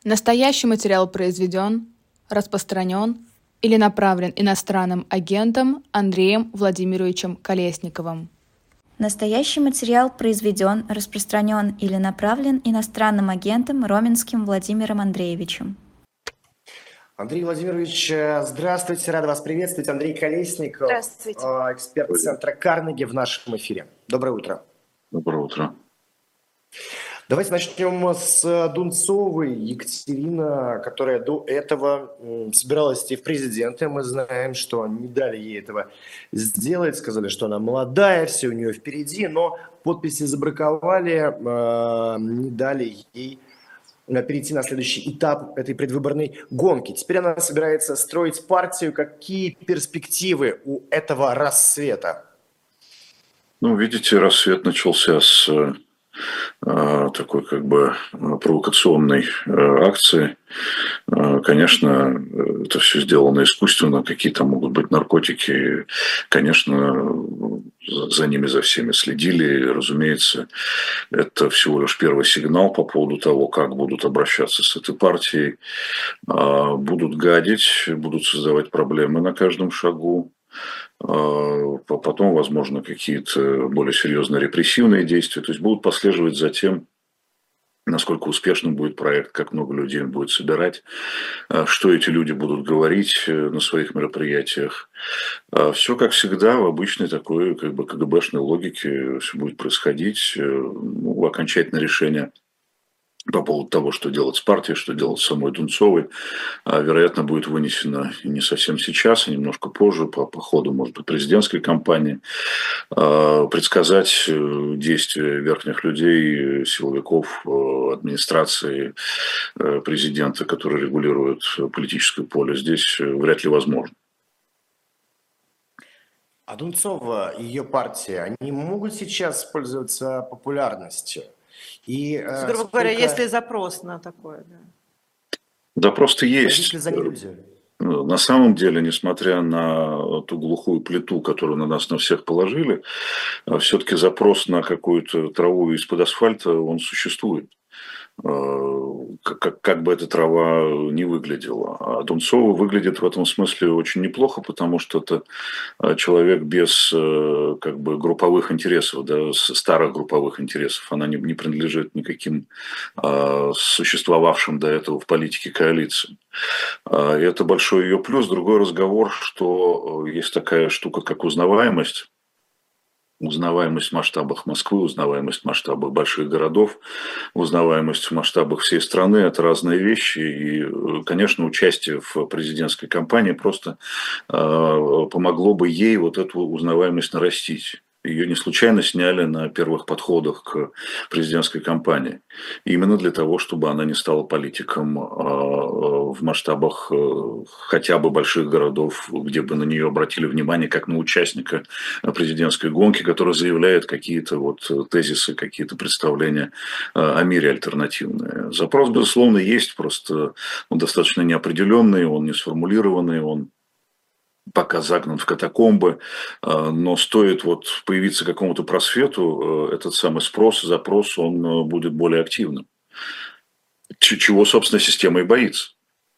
Настоящий материал произведен, распространен или направлен иностранным агентом Андреем Владимировичем Колесниковым. Настоящий материал произведен, распространен или направлен иностранным агентом Роменским Владимиром Андреевичем. Андрей Владимирович, здравствуйте, рад вас приветствовать. Андрей Колесников, Здравствуйте. Эксперт Центра Карнеги в нашем эфире. Доброе утро. Доброе утро. Давайте начнем с Дунцовой. Екатерина, которая до этого собиралась идти в президенты. Мы знаем, что не дали ей этого сделать. Сказали, что она молодая, все у нее впереди. Но подписи забраковали, не дали ей перейти на следующий этап этой предвыборной гонки. Теперь она собирается строить партию. Какие перспективы у этого рассвета? Видите, рассвет начался с такой провокационной акции. Конечно, это все сделано искусственно, какие-то могут быть наркотики. Конечно, за ними, за всеми следили. Разумеется, это всего лишь первый сигнал по поводу того, как будут обращаться с этой партией. Будут гадить, будут создавать проблемы на каждом шагу. Потом, возможно, какие-то более серьезные репрессивные действия. То есть будут послеживать за тем, насколько успешным будет проект, как много людей он будет собирать, что эти люди будут говорить на своих мероприятиях. Все, как всегда, в обычной такой КГБшной логике все будет происходить. Окончательное решение по поводу того, что делать с партией, что делать с самой Дунцовой, вероятно, будет вынесено не совсем сейчас, а немножко позже, по ходу, может быть, президентской кампании. Предсказать действия верхних людей, силовиков, администрации президента, которые регулируют политическое поле, здесь вряд ли возможно. А Дунцова и ее партия, они могут сейчас пользоваться популярностью? И, грубо говоря, если запрос на такое, да. Запрос-то есть. Есть ли за ней люди? На самом деле, несмотря на ту глухую плиту, которую на нас на всех положили, все-таки запрос на какую-то траву из-под асфальта, он существует. Как бы эта трава ни выглядела. А Дунцова выглядит в этом смысле очень неплохо, потому что это человек без групповых интересов, да, старых групповых интересов. Она не принадлежит никаким существовавшим до этого в политике коалициям. И это большой ее плюс. Другой разговор, что есть такая штука, как узнаваемость. Узнаваемость в масштабах Москвы, узнаваемость в масштабах больших городов, узнаваемость в масштабах всей страны – это разные вещи. И, конечно, участие в президентской кампании просто помогло бы ей вот эту узнаваемость нарастить. Ее не случайно сняли на первых подходах к президентской кампании. Именно для того, чтобы она не стала политиком в масштабах хотя бы больших городов, где бы на нее обратили внимание как на участника президентской гонки, который заявляет какие-то тезисы, какие-то представления о мире альтернативные. Запрос, безусловно, есть, просто он достаточно неопределенный, он не сформулированный, он пока загнан в катакомбы, но стоит появиться какому-то просвету, этот самый запрос, он будет более активным. Чего, собственно, система и боится.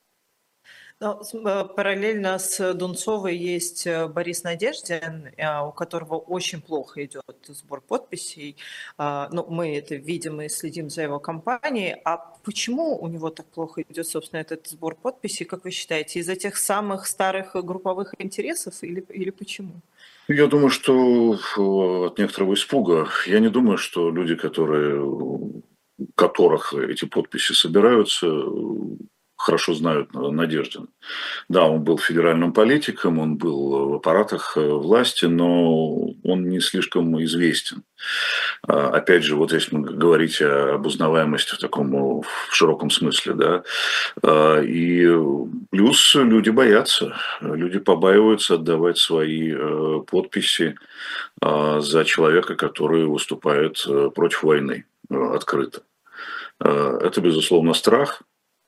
Но параллельно с Дунцовой есть Борис Надеждин, у которого очень плохо идет сбор подписей. Мы это видим и следим за его кампанией. А почему у него так плохо идет, собственно, этот сбор подписей, как вы считаете? Из-за тех самых старых групповых интересов или почему? Я думаю, что от некоторого испуга. Я не думаю, что люди, у которых эти подписи собираются, хорошо знают Надеждина. Да, он был федеральным политиком, он был в аппаратах власти, но он не слишком известен. Опять же, если мы говорить об узнаваемости в широком смысле, да, и плюс люди боятся, люди побаиваются отдавать свои подписи за человека, который выступает против войны открыто. Это, безусловно, страх.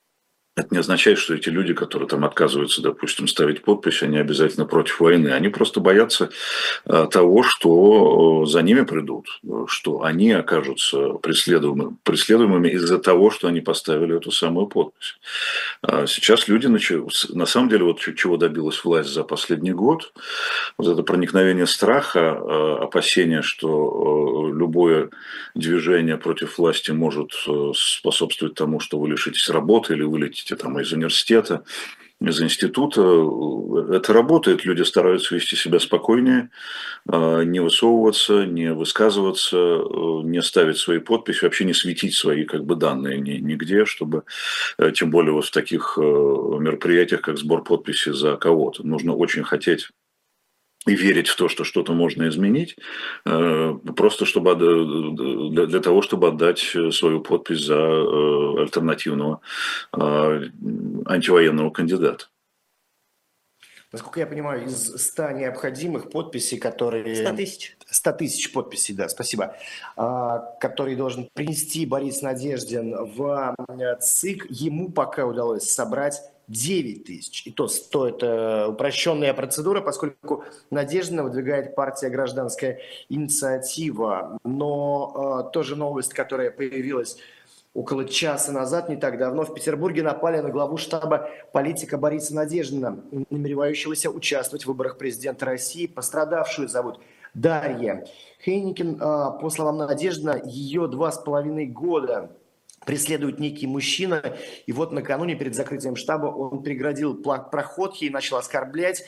Это не означает, что эти люди, которые там отказываются, допустим, ставить подпись, они обязательно против войны. Они просто боятся того, что за ними придут, что они окажутся преследуемыми из-за того, что они поставили эту самую подпись. Сейчас люди, на самом деле, вот чего добилась власть за последний год, вот это проникновение страха, опасения, что любое движение против власти может способствовать тому, что вы лишитесь работы или вылетите там из университета, из института. Это работает, люди стараются вести себя спокойнее, не высовываться, не высказываться, не ставить свои подписи, вообще не светить свои как бы данные нигде, чтобы, тем более вот в таких мероприятиях, как сбор подписей за кого-то. Нужно очень хотеть и верить в то, что что-то можно изменить, просто чтобы для того, чтобы отдать свою подпись за альтернативного антивоенного кандидата. Насколько я понимаю, из 100 необходимых подписей, которые... 100 тысяч. 100 тысяч подписей, да, спасибо, которые должен принести Борис Надеждин в ЦИК, ему пока удалось собрать 9 тысяч. И то 100 – это упрощенная процедура, поскольку Надеждина выдвигает партия «Гражданская инициатива». Но тоже новость, которая появилась около часа назад, не так давно, в Петербурге напали на главу штаба политика Бориса Надеждина, намеревающегося участвовать в выборах президента России. Пострадавшую зовут Дарья Хейникин. По словам Надеждина, ее 2,5 года преследует некий мужчина. И вот накануне перед закрытием штаба он преградил проход, ей начал оскорблять,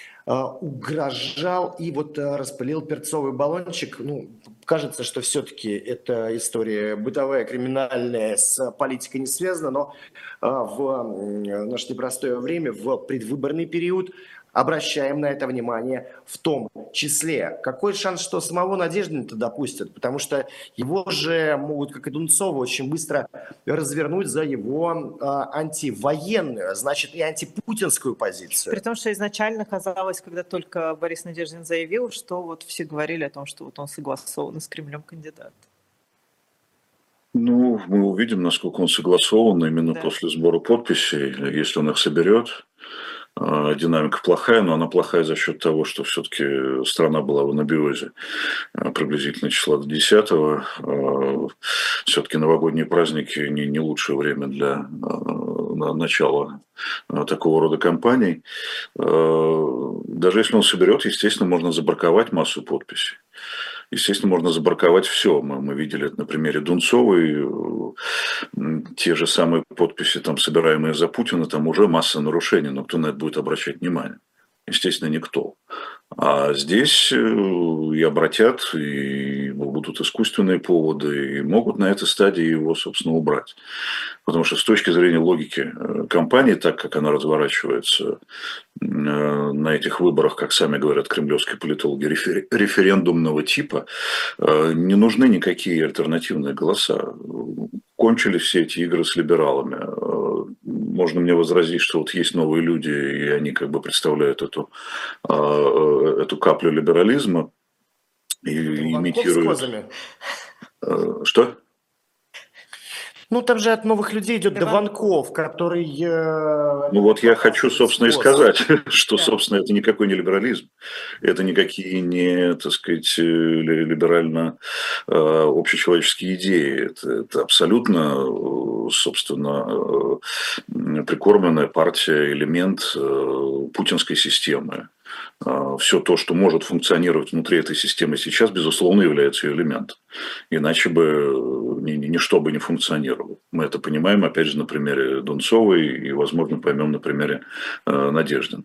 угрожал и вот распылил перцовый баллончик. Ну, кажется, что все-таки эта история бытовая, криминальная, с политикой не связана, но в наше непростое время, в предвыборный период, обращаем на это внимание в том числе. Какой шанс, что самого Надеждина-то допустят? Потому что его же могут, как и Дунцова, очень быстро развернуть за его антивоенную, значит, и антипутинскую позицию. При том, что изначально казалось, когда только Борис Надеждин заявил, что вот все говорили о том, что вот он согласован с Кремлем кандидат. Ну, мы увидим, насколько он согласован именно после сбора подписей, если он их соберет. Динамика плохая, но она плохая за счет того, что все-таки страна была в анабиозе приблизительно числа до 10-го. Все-таки новогодние праздники не лучшее время для начала такого рода кампаний. Даже если он соберет, естественно, можно забраковать массу подписей. Естественно, можно забраковать все. Мы видели это на примере Дунцовой. Те же самые подписи, там, собираемые за Путина, там уже масса нарушений, но кто на это будет обращать внимание? Естественно, никто. А здесь и обратят, и будут искусственные поводы, и могут на этой стадии его, собственно, убрать. Потому что с точки зрения логики кампании, так как она разворачивается на этих выборах, как сами говорят кремлевские политологи, референдумного типа, не нужны никакие альтернативные голоса. Кончились все эти игры с либералами. Можно мне возразить, что вот есть новые люди, и они как бы представляют эту каплю либерализма и имитируют... Что? Ну, там же от новых людей идет Дованков, который... Ну, вот я хочу, собственно, и сказать, что, собственно, это никакой не либерализм. Это никакие не, так сказать, либерально-общечеловеческие идеи. Это абсолютно, собственно, прикормленная партия, элемент путинской системы. Все то, что может функционировать внутри этой системы сейчас, безусловно, является ее элементом. Иначе бы ничто бы не функционировало. Мы это понимаем, опять же, на примере Дунцовой и, возможно, поймем на примере Надеждина.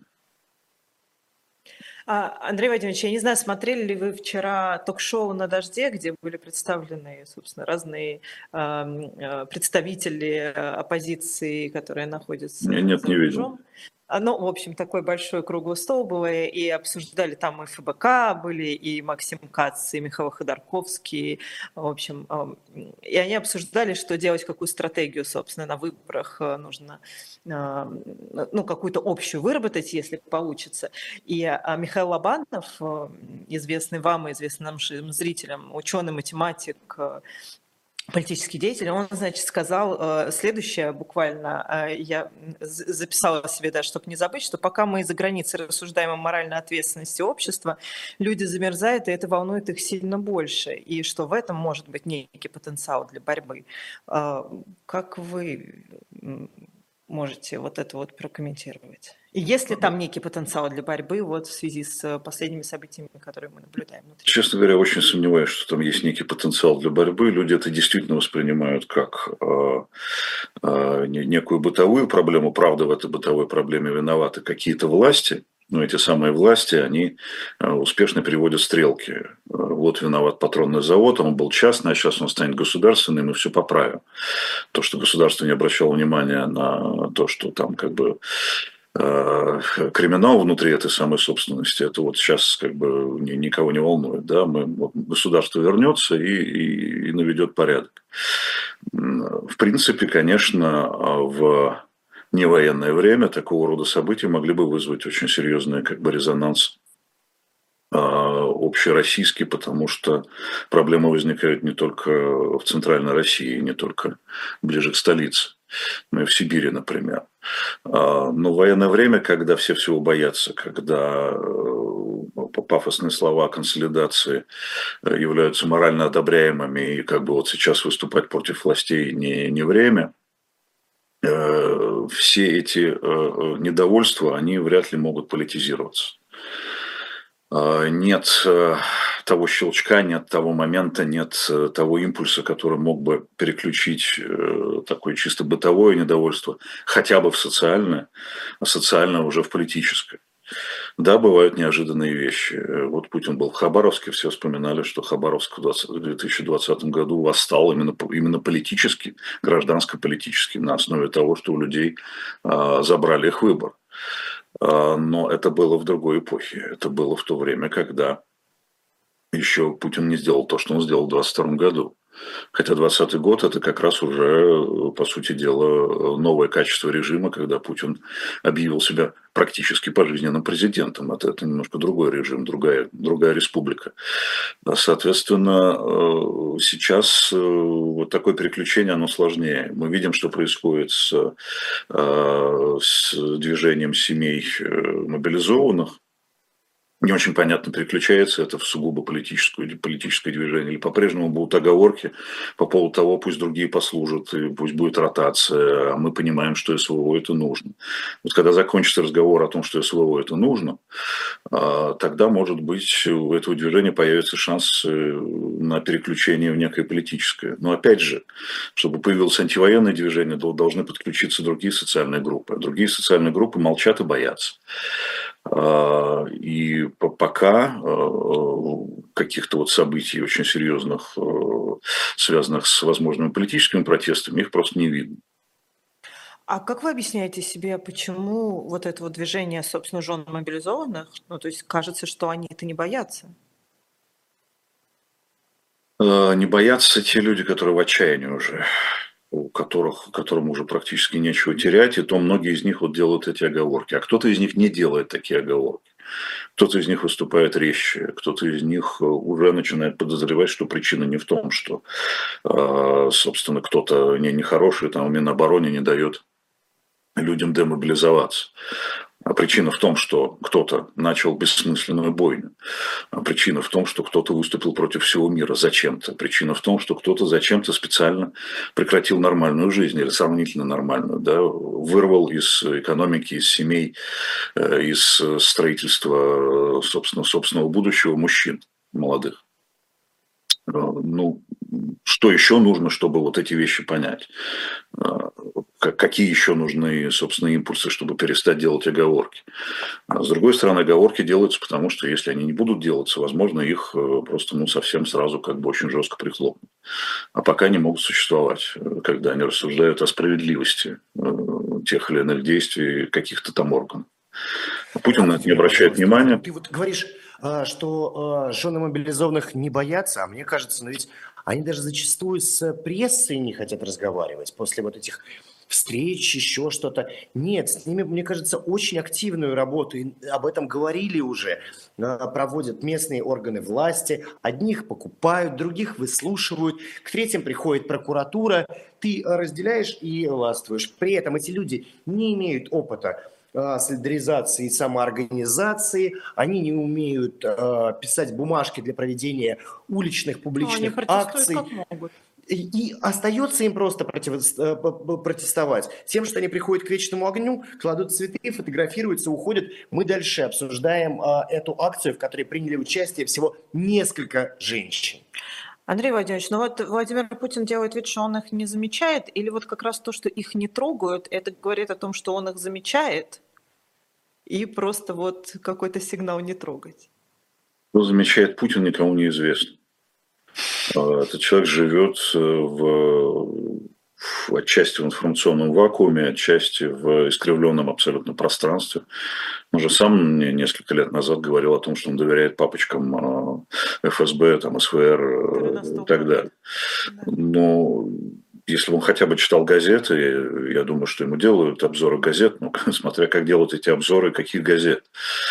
Андрей Вадимович, я не знаю, смотрели ли вы вчера ток-шоу «На дожде», где были представлены, собственно, разные представители оппозиции, которые находятся за рубежом? Не видел. Ну, в общем, такой большой круглый стол был, и обсуждали там и ФБК были, и Максим Кац, и Михаил Ходорковский, в общем, и они обсуждали, что делать, какую стратегию, собственно, на выборах нужно, ну, какую-то общую выработать, если получится. И Михаил Лобанов, известный вам и известный нашим зрителям, ученый, математик, политический деятель, он, значит, сказал следующее буквально, я записала себе, да, чтобы не забыть, что пока мы из-за границы рассуждаем о моральной ответственности общества, люди замерзают, и это волнует их сильно больше, и что в этом может быть некий потенциал для борьбы. Как вы можете вот это вот прокомментировать? И есть ли там некий потенциал для борьбы вот в связи с последними событиями, которые мы наблюдаем внутри? Честно говоря, очень сомневаюсь, что там есть некий потенциал для борьбы. Люди это действительно воспринимают как некую бытовую проблему. Правда, в этой бытовой проблеме виноваты какие-то власти. Но эти самые власти, они успешно переводят стрелки. Вот виноват патронный завод, он был частный, а сейчас он станет государственным, и все поправим. То, что государство не обращало внимания на то, что там как бы криминал внутри этой самой собственности, это вот сейчас как бы никого не волнует. Да? Вот государство вернется и наведет порядок. В принципе, конечно, в невоенное время такого рода события могли бы вызвать очень серьезный как бы резонанс общероссийский, потому что проблемы возникают не только в Центральной России, не только ближе к столице, но и в Сибири, например. Но в военное время, когда все всего боятся, когда пафосные слова о консолидации являются морально одобряемыми, и как бы вот сейчас выступать против властей не время, все эти недовольства, они вряд ли могут политизироваться. Нет того щелчка, нет того момента, нет того импульса, который мог бы переключить такое чисто бытовое недовольство хотя бы в социальное, а социальное уже в политическое. Да, бывают неожиданные вещи. Вот Путин был в Хабаровске, все вспоминали, что Хабаровск в 2020 году восстал именно политически, гражданско-политически, на основе того, что у людей забрали их выбор. Но это было в другой эпохе. Это было в то время, когда еще Путин не сделал то, что он сделал в 2022 году. Хотя 2020 год – это как раз уже, по сути дела, новое качество режима, когда Путин объявил себя практически пожизненным президентом. Это немножко другой режим, другая республика. Соответственно, сейчас вот такое переключение, оно сложнее. Мы видим, что происходит с движением семей мобилизованных. Не очень понятно, переключается это в сугубо политическое движение, или по-прежнему будут оговорки по поводу того, пусть другие послужат, и пусть будет ротация, а мы понимаем, что СВО это нужно. Вот когда закончится разговор о том, что СВО это нужно, тогда, может быть, у этого движения появится шанс на переключение в некое политическое. Но опять же, чтобы появилось антивоенное движение, должны подключиться другие социальные группы. Другие социальные группы молчат и боятся. И пока каких-то вот событий очень серьезных, связанных с возможными политическими протестами, их просто не видно. А как вы объясняете себе, почему вот это вот движение, собственно, жен мобилизованных, ну, то есть кажется, что они это не боятся? Не боятся те люди, которые в отчаянии уже, которым уже практически нечего терять, и то многие из них вот делают эти оговорки. А кто-то из них не делает такие оговорки. Кто-то из них выступает резче, кто-то из них уже начинает подозревать, что причина не в том, что, собственно, кто-то нехороший, там, Минобороны не дает людям демобилизоваться. А причина в том, что кто-то начал бессмысленную бойню. А причина в том, что кто-то выступил против всего мира зачем-то. Причина в том, что кто-то зачем-то специально прекратил нормальную жизнь, или сравнительно нормальную, да, вырвал из экономики, из семей, из строительства собственного будущего мужчин молодых. Ну, что еще нужно, чтобы вот эти вещи понять? Какие еще нужны, собственно, импульсы, чтобы перестать делать оговорки? А с другой стороны, оговорки делаются потому, что если они не будут делаться, возможно, их просто совсем сразу как бы очень жестко прихлопнут. А пока не могут существовать, когда они рассуждают о справедливости тех или иных действий каких-то там органов. Путин на это не обращает внимания. Ты вот говоришь, что жены мобилизованных не боятся, а мне кажется, но ведь они даже зачастую с прессой не хотят разговаривать после вот этих встреч, еще что-то. Нет, с ними, мне кажется, очень активную работу, и об этом говорили уже, проводят местные органы власти. Одних покупают, других выслушивают, к третьим приходит прокуратура. Ты разделяешь и властвуешь. При этом эти люди не имеют опыта солидаризации и самоорганизации, они не умеют писать бумажки для проведения уличных Они публичных протестуют акций. как могут. И остается им просто протестовать тем, что они приходят к вечному огню, кладут цветы, фотографируются, уходят. Мы дальше обсуждаем эту акцию, в которой приняли участие всего несколько женщин. Андрей Владимирович, ну вот Владимир Путин делает вид, что он их не замечает, или вот как раз то, что их не трогают, это говорит о том, что он их замечает, и просто вот какой-то сигнал не трогать. Что замечает Путин, никому не известно. Этот человек живет отчасти в информационном вакууме, отчасти в искривленном абсолютно пространстве. Он же сам мне несколько лет назад говорил о том, что он доверяет папочкам ФСБ, там, СВР и так далее. Да. Но если бы он хотя бы читал газеты, я думаю, что ему делают обзоры газет, но смотря как делают эти обзоры, каких газет.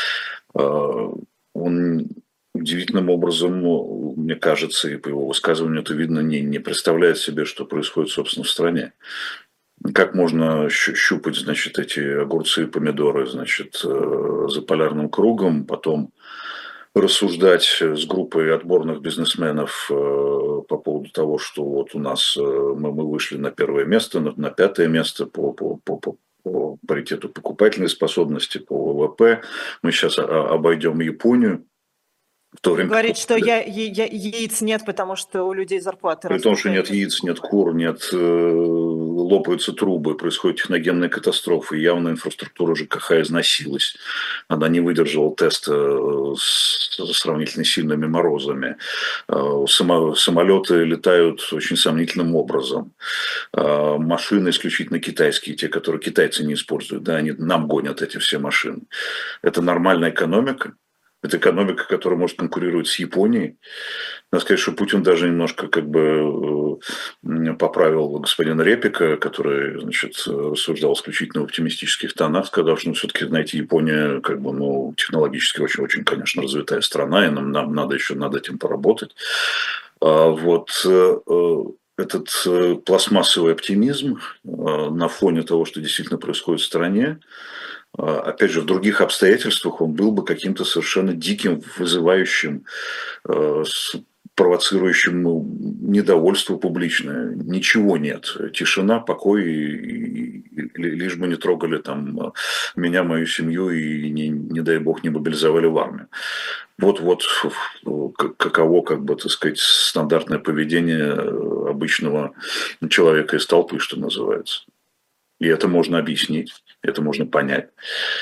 Он удивительным образом, мне кажется, и по его высказыванию это видно, не представляет себе, что происходит, собственно, в стране. Как можно щупать, значит, эти огурцы и помидоры, значит, за полярным кругом, потом рассуждать с группой отборных бизнесменов по поводу того, что вот у нас мы вышли на первое место, на 5-е место по паритету покупательной способности, по ВВП. Мы сейчас обойдем Японию. В то время, говорит, что яиц нет, потому что у людей зарплаты при том, что нет яиц, нет кур, нет, лопаются трубы, происходит техногенная катастрофа, и явно инфраструктура ЖКХ износилась. Она не выдержала теста с сравнительно сильными морозами. Самолеты летают очень сомнительным образом. Машины исключительно китайские, те, которые китайцы не используют. Да, они нам гонят эти все машины. Это нормальная экономика. Это экономика, которая может конкурировать с Японией. Надо сказать, что Путин даже немножко как бы поправил господина Репика, который, значит, рассуждал исключительно в оптимистических тонах, сказав, что все-таки, знаете, Япония как бы, ну, технологически очень, конечно, развитая страна, и нам надо еще над этим поработать. Вот этот пластмассовый оптимизм на фоне того, что действительно происходит в стране, опять же, в других обстоятельствах он был бы каким-то совершенно диким, вызывающим, провоцирующим недовольство публичное. Ничего нет. Тишина, покой, и лишь бы не трогали там меня, мою семью и, не дай бог, не мобилизовали в армию. Вот каково, как бы, так сказать, стандартное поведение обычного человека из толпы, что называется. И это можно объяснить, это можно понять.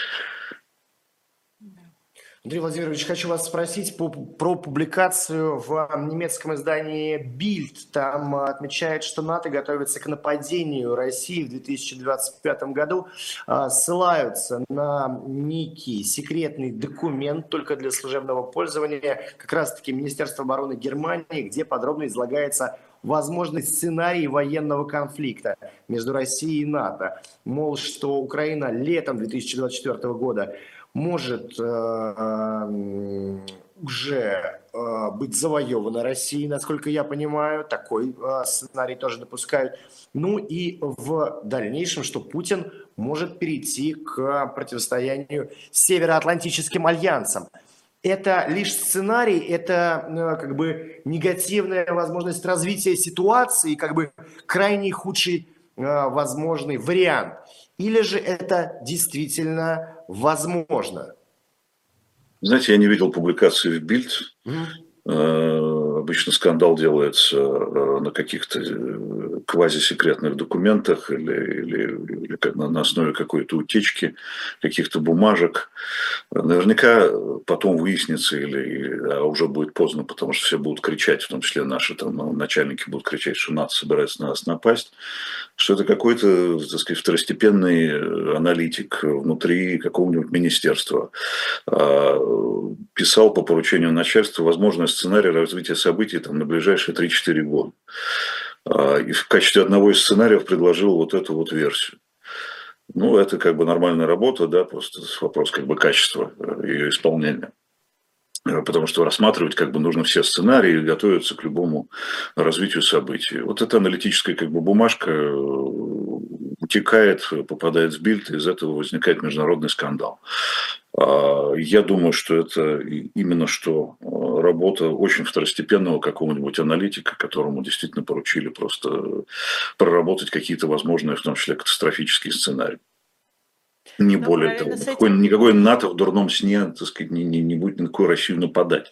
Андрей Владимирович, хочу вас спросить про публикацию в немецком издании Bild. Там отмечают, что НАТО готовится к нападению России в 2025 году. Ссылаются на некий секретный документ только для служебного пользования, как раз-таки Министерства обороны Германии, где подробно излагается возможный сценарий военного конфликта между Россией и НАТО. Мол, что Украина летом 2024 года может уже быть завоевана Россией, насколько я понимаю. Такой сценарий тоже допускают. Ну и в дальнейшем, что Путин может перейти к противостоянию с Североатлантическим альянсом. Это лишь сценарий, это как бы негативная возможность развития ситуации, как бы крайне худший возможный вариант. Или же это действительно возможно? Знаете, я не видел публикации в Бильд. Обычно скандал делается на каких-то квазисекретных документах или на основе какой-то утечки, каких-то бумажек. Наверняка потом выяснится, а уже будет поздно, потому что все будут кричать, в том числе наши там, начальники будут кричать, что НАТО собирается на нас напасть, что это какой-то, так сказать, второстепенный аналитик внутри какого-нибудь министерства писал по поручению начальства возможный сценарий развития событий там, на ближайшие 3-4 года. И в качестве одного из сценариев предложил вот эту вот версию. Ну, это как бы нормальная работа, да, просто вопрос как бы качества ее исполнения. Потому что рассматривать как бы нужно все сценарии и готовиться к любому развитию событий. Вот эта аналитическая как бы бумажка утекает, попадает в Бильд, и из этого возникает международный скандал. Я думаю, что это именно что работа очень второстепенного какого-нибудь аналитика, которому действительно поручили просто проработать какие-то возможные, в том числе катастрофические сценарии. Не Но более параллельно того. с этим Никакой НАТО в дурном сне, так сказать, не будет на какую Россию нападать.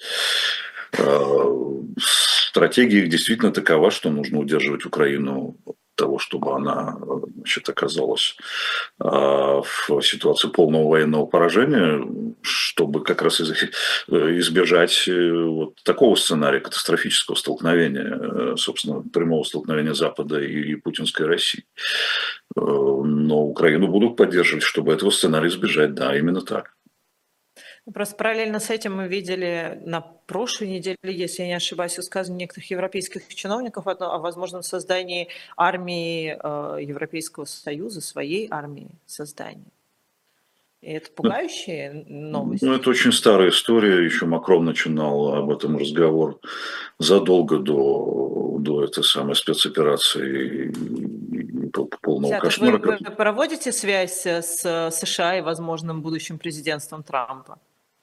Стратегия их действительно такова, что нужно удерживать Украину от того, чтобы она, значит, оказалась в ситуации полного военного поражения, чтобы как раз избежать вот такого сценария катастрофического столкновения, собственно, прямого столкновения Запада и путинской России. Но Украину будут поддерживать, чтобы этого сценария избежать. Да, именно так. просто параллельно с этим мы видели на прошлой неделе, если я не ошибаюсь, высказывания некоторых европейских чиновников о возможном создании армии Европейского Союза, своей армии создания. И это пугающие новости. Ну, это очень старая история. Еще Макрон начинал об этом разговор задолго до этой самой спецоперации и полного кошмара. Вы проводите связь с США и возможным будущим президентством Трампа?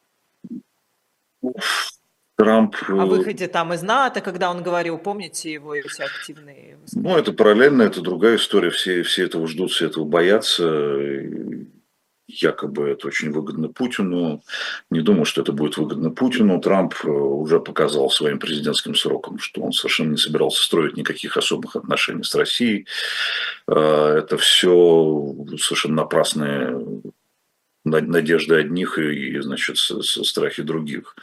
Трамп... О выходе там из НАТО, когда он говорил, помните его эти активные... Ну, это параллельно, это другая история. Все этого ждут, все этого боятся. Якобы это очень выгодно Путину. Не думаю, что это будет выгодно Путину. Трамп уже показал своим президентским сроком, что он совершенно не собирался строить никаких особых отношений с Россией. Это все совершенно напрасные надежды одних и значит, страхи других.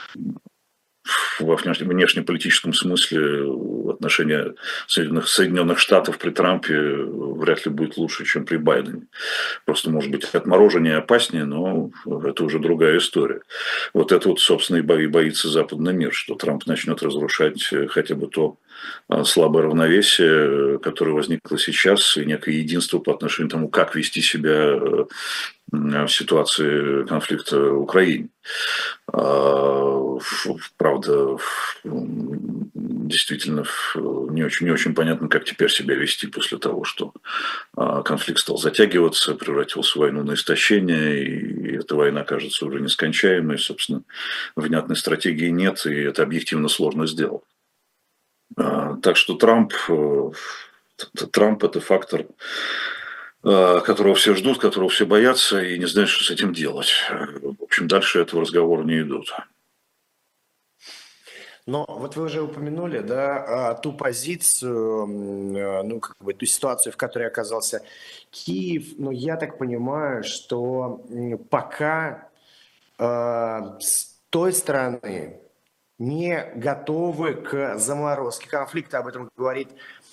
Во внешнеполитическом смысле отношения Соединенных Штатов при Трампе вряд ли будет лучше, чем при Байдене. Просто, может быть, отмороженнее опаснее, но это уже другая история. Вот это вот, собственно, и боится западный мир, что Трамп начнет разрушать хотя бы то слабое равновесие, которое возникло сейчас, и некое единство по отношению к тому, как вести себя в ситуации конфликта в Украине. Правда, действительно не очень понятно, как теперь себя вести после того, что конфликт стал затягиваться, превратился в войну на истощение, и эта война кажется уже нескончаемой. Собственно, внятной стратегии нет, и это объективно сложно сделать. Так что Трамп это фактор, которого все ждут, которого все боятся и не знают, что с этим делать. В общем, дальше этого разговора не идут. Но вот вы уже упомянули, да, ту позицию, ну, как бы ту ситуацию, в которой оказался Киев. Но я так понимаю, что пока с той стороны не готовы к заморозке конфликта. Об этом говорит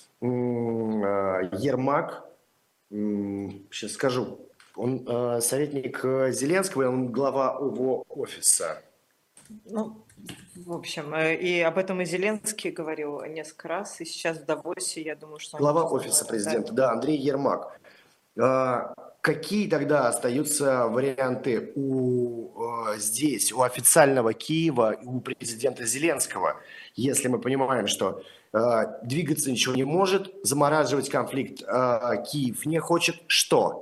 Ермак. Сейчас скажу. Он советник Зеленского, и он глава его офиса. Ну, в общем, и об этом и Зеленский говорил несколько раз, и сейчас в Давосе, я думаю, что... Глава офиса президента, да, Андрей Ермак. Какие тогда остаются варианты здесь, у официального Киева и у президента Зеленского, если мы понимаем, что двигаться ничего не может, замораживать конфликт Киев не хочет, что?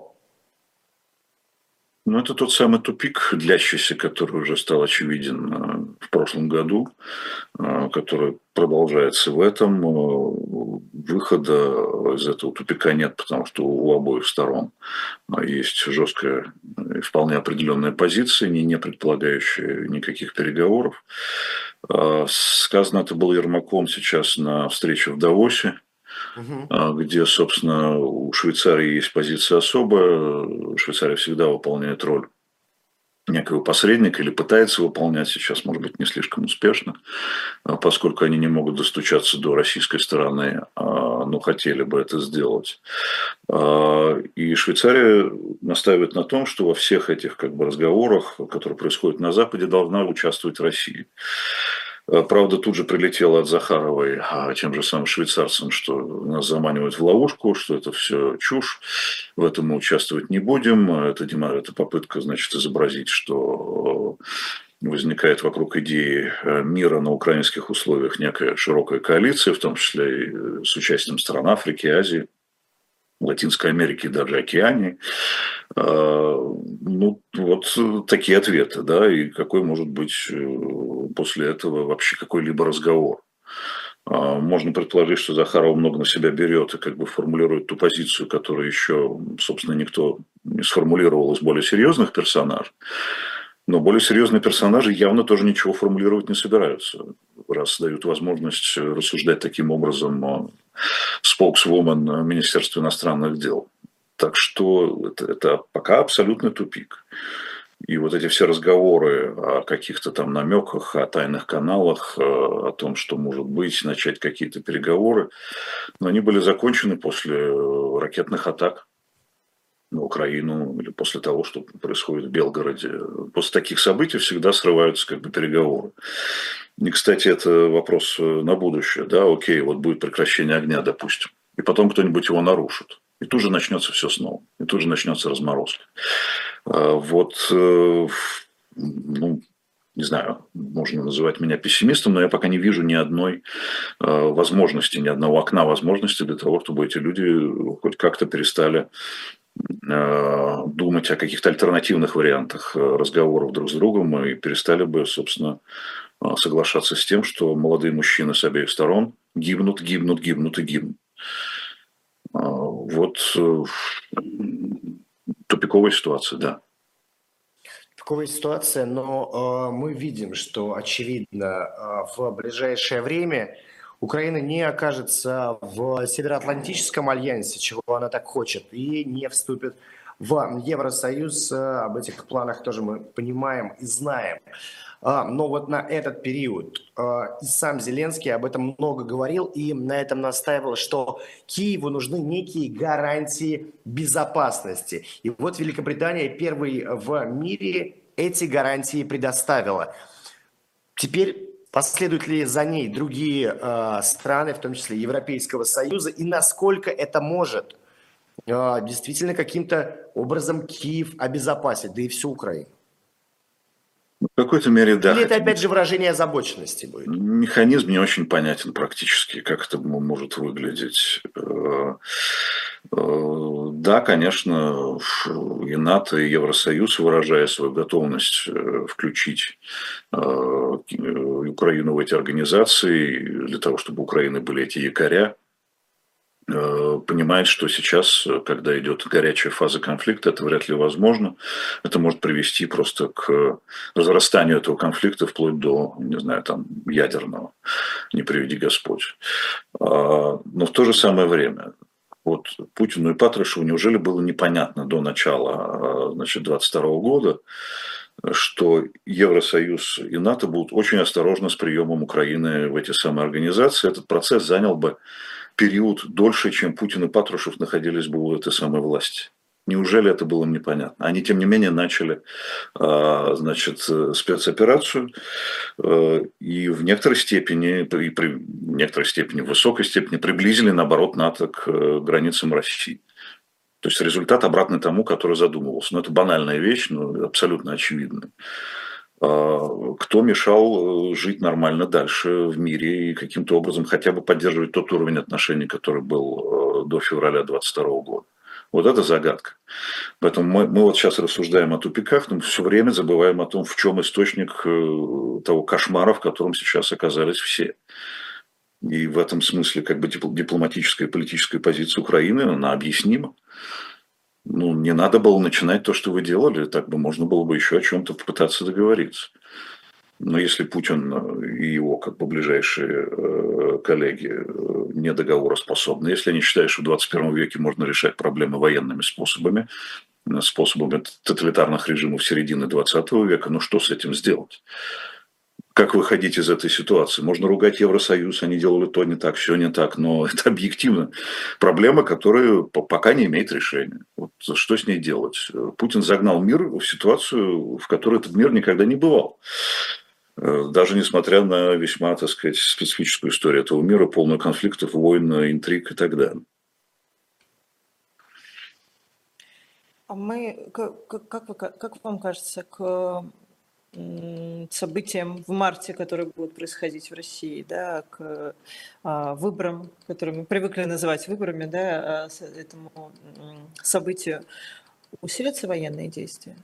Ну, это тот самый тупик, длящийся, который уже стал очевиден в прошлом году, который продолжается в этом. Выхода из этого тупика нет, потому что у обоих сторон есть жесткая и вполне определенная позиция, не предполагающая никаких переговоров. Сказано это было Ермаком сейчас на встрече в Давосе, где, собственно, у Швейцарии есть позиция особая. Швейцария всегда выполняет роль некого посредника или пытается выполнять сейчас, может быть, не слишком успешно, поскольку они не могут достучаться до российской стороны, но хотели бы это сделать. И Швейцария настаивает на том, что во всех этих как бы разговорах, которые происходят на Западе, должна участвовать Россия. Правда, тут же прилетело от Захаровой тем же самым швейцарцам, что нас заманивают в ловушку, что это все чушь, в этом мы участвовать не будем. Это попытка, значит, изобразить, что возникает вокруг идеи мира на украинских условиях некая широкая коалиция, в том числе и с участием стран Африки, Азии, Латинской Америки и даже Океании. Ну, вот такие ответы, да, и какой может быть после этого вообще какой-либо разговор. Можно предположить, что Захарова много на себя берет и как бы формулирует ту позицию, которую еще, собственно, никто не сформулировал из более серьезных персонажей. Но более серьезные персонажи явно тоже ничего формулировать не собираются, раз дают возможность рассуждать таким образом споксвумен Министерства иностранных дел. Так что это пока абсолютный тупик. И вот эти все разговоры о каких-то там намеках, о тайных каналах, о том, что может быть, начать какие-то переговоры, но они были закончены после ракетных атак на Украину или после того, что происходит в Белгороде. После таких событий всегда срываются как бы переговоры. И, кстати, это вопрос на будущее. Да, окей, вот будет прекращение огня, допустим. И потом кто-нибудь его нарушит. И тут же начнется все снова. И тут же начнется разморозка. Вот, ну, не знаю, можно называть меня пессимистом, но я пока не вижу ни одной возможности, ни одного окна возможности для того, чтобы эти люди хоть как-то перестали думать о каких-то альтернативных вариантах разговоров друг с другом и перестали бы, собственно, соглашаться с тем, что молодые мужчины с обеих сторон гибнут, гибнут, гибнут и гибнут. Вот тупиковая ситуация, да. Тупиковая ситуация, но мы видим, что, очевидно, в ближайшее время Украина не окажется в Североатлантическом альянсе, чего она так хочет, и не вступит в Евросоюз. Об этих планах тоже мы понимаем и знаем. Но вот на этот период и сам Зеленский об этом много говорил и на этом настаивал, что Киеву нужны некие гарантии безопасности. И вот Великобритания первой в мире эти гарантии предоставила. Теперь последуют ли за ней другие страны, в том числе Европейского Союза, и насколько это может действительно каким-то образом Киев обезопасить, да и всю Украину? В какой-то мере, да. Или это опять же выражение озабоченности будет? Механизм не очень понятен практически, как это может выглядеть. Да, конечно, и НАТО, и Евросоюз, выражая свою готовность включить Украину в эти организации, для того, чтобы у Украины были эти якоря, понимает, что сейчас, когда идет горячая фаза конфликта, это вряд ли возможно. Это может привести просто к разрастанию этого конфликта вплоть до, не знаю, там, ядерного, не приведи Господь. Но в то же самое время вот Путину и Патрушеву неужели было непонятно до начала 2022 года, что Евросоюз и НАТО будут очень осторожны с приемом Украины в эти самые организации. Этот процесс занял бы период дольше, чем Путин и Патрушев находились бы у этой самой власти. Неужели это было непонятно? Они, тем не менее, начали спецоперацию и в некоторой степени, в высокой степени приблизили, наоборот, НАТО к границам России. То есть результат обратный тому, который задумывался. Но это банальная вещь, но абсолютно очевидная. Кто мешал жить нормально дальше в мире и каким-то образом хотя бы поддерживать тот уровень отношений, который был до февраля 2022 года. Вот это загадка. Поэтому мы вот сейчас рассуждаем о тупиках, но все время забываем о том, в чем источник того кошмара, в котором сейчас оказались все. И в этом смысле как бы дипломатическая и политическая позиция Украины, она объяснима. Ну, не надо было начинать то, что вы делали, так бы можно было бы еще о чем-то попытаться договориться. Но если Путин и его как бы ближайшие коллеги не договороспособны, если они считают, что в 21 веке можно решать проблемы военными способами тоталитарных режимов середины 20 века, ну что с этим сделать? Как выходить из этой ситуации? Можно ругать Евросоюз, они делали то не так, все не так, но это объективно проблема, которая пока не имеет решения. Вот что с ней делать? Путин загнал мир в ситуацию, в которой этот мир никогда не бывал. Даже несмотря на весьма, так сказать, специфическую историю этого мира, полную конфликтов, войн, интриг и так далее. А мы, как вам кажется, к событиям в марте, которые будут происходить в России, да, к выборам, которые мы привыкли называть выборами, да, этому событию, усилятся военные действия?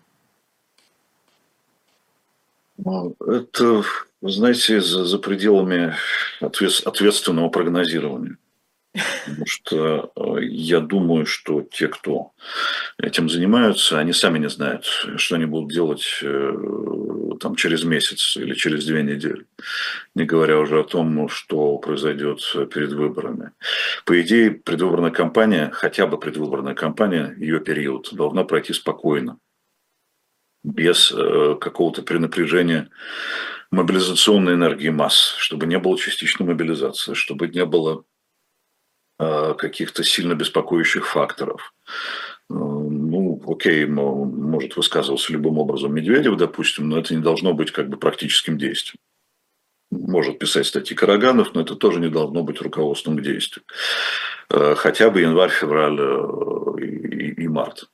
Это, вы знаете, за пределами ответственного прогнозирования. Потому что я думаю, что те, кто этим занимаются, они сами не знают, что они будут делать там, через месяц или через 2 недели. Не говоря уже о том, что произойдет перед выборами. По идее, предвыборная кампания, хотя бы предвыборная кампания, ее период, должна пройти спокойно, без какого-то перенапряжения мобилизационной энергии масс, чтобы не было частичной мобилизации, чтобы не было каких-то сильно беспокоящих факторов. Ну, окей, может высказываться любым образом Медведев, допустим, но это не должно быть как бы практическим действием. Может писать статьи Караганов, но это тоже не должно быть руководством к действию. Хотя бы январь, февраль и март.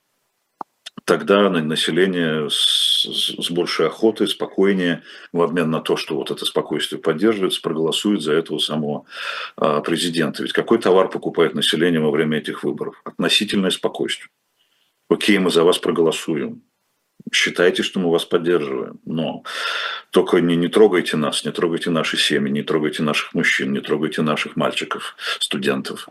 Тогда население с большей охотой, спокойнее, в обмен на то, что вот это спокойствие поддерживается, проголосует за этого самого президента. Ведь какой товар покупает население во время этих выборов? Относительное спокойствие. Окей, мы за вас проголосуем. Считайте, что мы вас поддерживаем, но только не трогайте нас, не трогайте наши семьи, не трогайте наших мужчин, не трогайте наших мальчиков, студентов.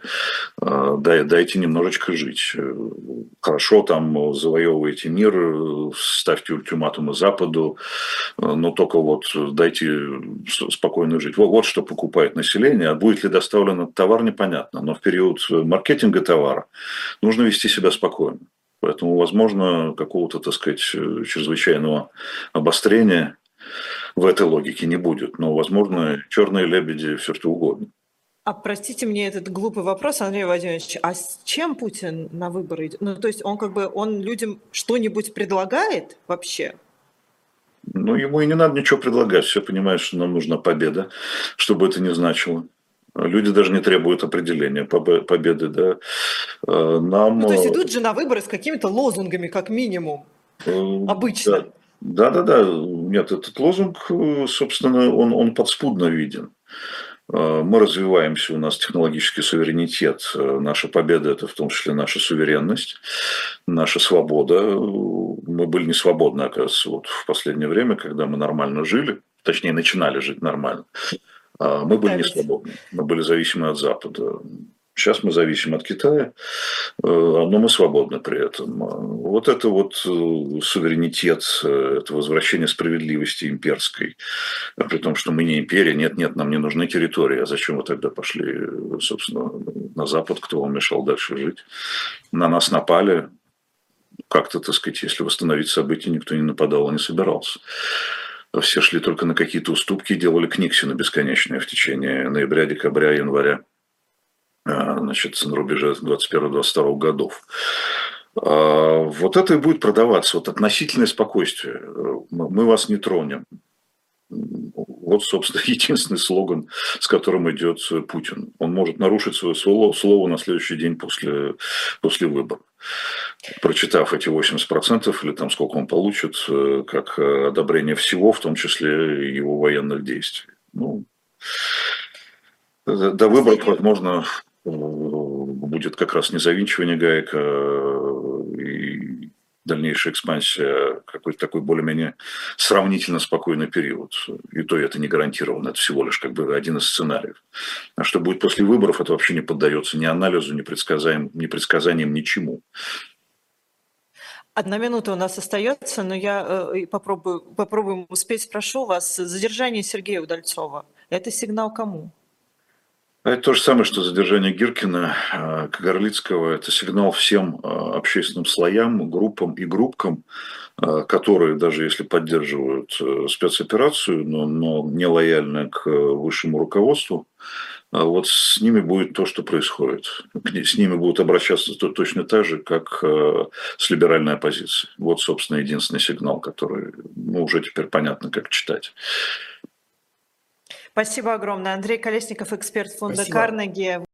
Дайте немножечко жить. Хорошо, там завоевывайте мир, ставьте ультиматумы Западу, но только вот дайте спокойно жить. Вот что покупает население. А будет ли доставлен этот товар, непонятно. Но в период маркетинга товара нужно вести себя спокойно. Поэтому, возможно, какого-то, так сказать, чрезвычайного обострения в этой логике не будет. Но, возможно, черные лебеди, все что угодно. А простите мне этот глупый вопрос, Андрей Владимирович, а с чем Путин на выборы идет? Ну, то есть он людям что-нибудь предлагает вообще? Ну, ему и не надо ничего предлагать. Все понимают, что нам нужна победа, что бы это ни значило. Люди даже не требуют определения победы, да. Ну, то есть идут же на выборы с какими-то лозунгами, как минимум, обычно. Да. Нет, этот лозунг, собственно, он подспудно виден. Мы развиваемся, у нас технологический суверенитет. Наша победа – это в том числе наша суверенность, наша свобода. Мы были не свободны, оказывается, вот в последнее время, когда мы нормально жили, точнее, начинали жить нормально. Мы были не свободны, мы были зависимы от Запада. Сейчас мы зависим от Китая, но мы свободны при этом. Вот это вот суверенитет, это возвращение справедливости имперской. При том, что мы не империя, нет, нам не нужны территории. А зачем вы тогда пошли, собственно, на Запад, кто вам мешал дальше жить? На нас напали. Как-то, так сказать, если восстановить события, никто не нападал и не собирался. Все шли только на какие-то уступки и делали книгсины бесконечные в течение ноября, декабря, января, значит, на рубеже 21-22 годов. Вот это и будет продаваться. Вот относительное спокойствие. Мы вас не тронем. Вот, собственно, единственный слоган, с которым идет Путин. Он может нарушить свое слово на следующий день после выборов. Прочитав эти 80% или там сколько он получит, как одобрение всего, в том числе его военных действий. Ну, до выборов, возможно, будет как раз не завинчивание гаек, и дальнейшая экспансия, какой-то такой более-менее сравнительно спокойный период. И то это не гарантированно, это всего лишь как бы один из сценариев. А что будет после выборов, это вообще не поддается ни анализу, ни предсказаниям, ничему. 1 минута у нас остается, но я попробуем успеть. Спрошу вас, задержание Сергея Удальцова – это сигнал кому? Это то же самое, что задержание Гиркина, Кагарлицкого. Это сигнал всем общественным слоям, группам и группкам, которые, даже если поддерживают спецоперацию, но не лояльны к высшему руководству, вот с ними будет то, что происходит. С ними будут обращаться точно так же, как с либеральной оппозицией. Вот, собственно, единственный сигнал, который уже теперь понятно, как читать. Спасибо огромное. Андрей Колесников, эксперт фонда Спасибо. Карнеги.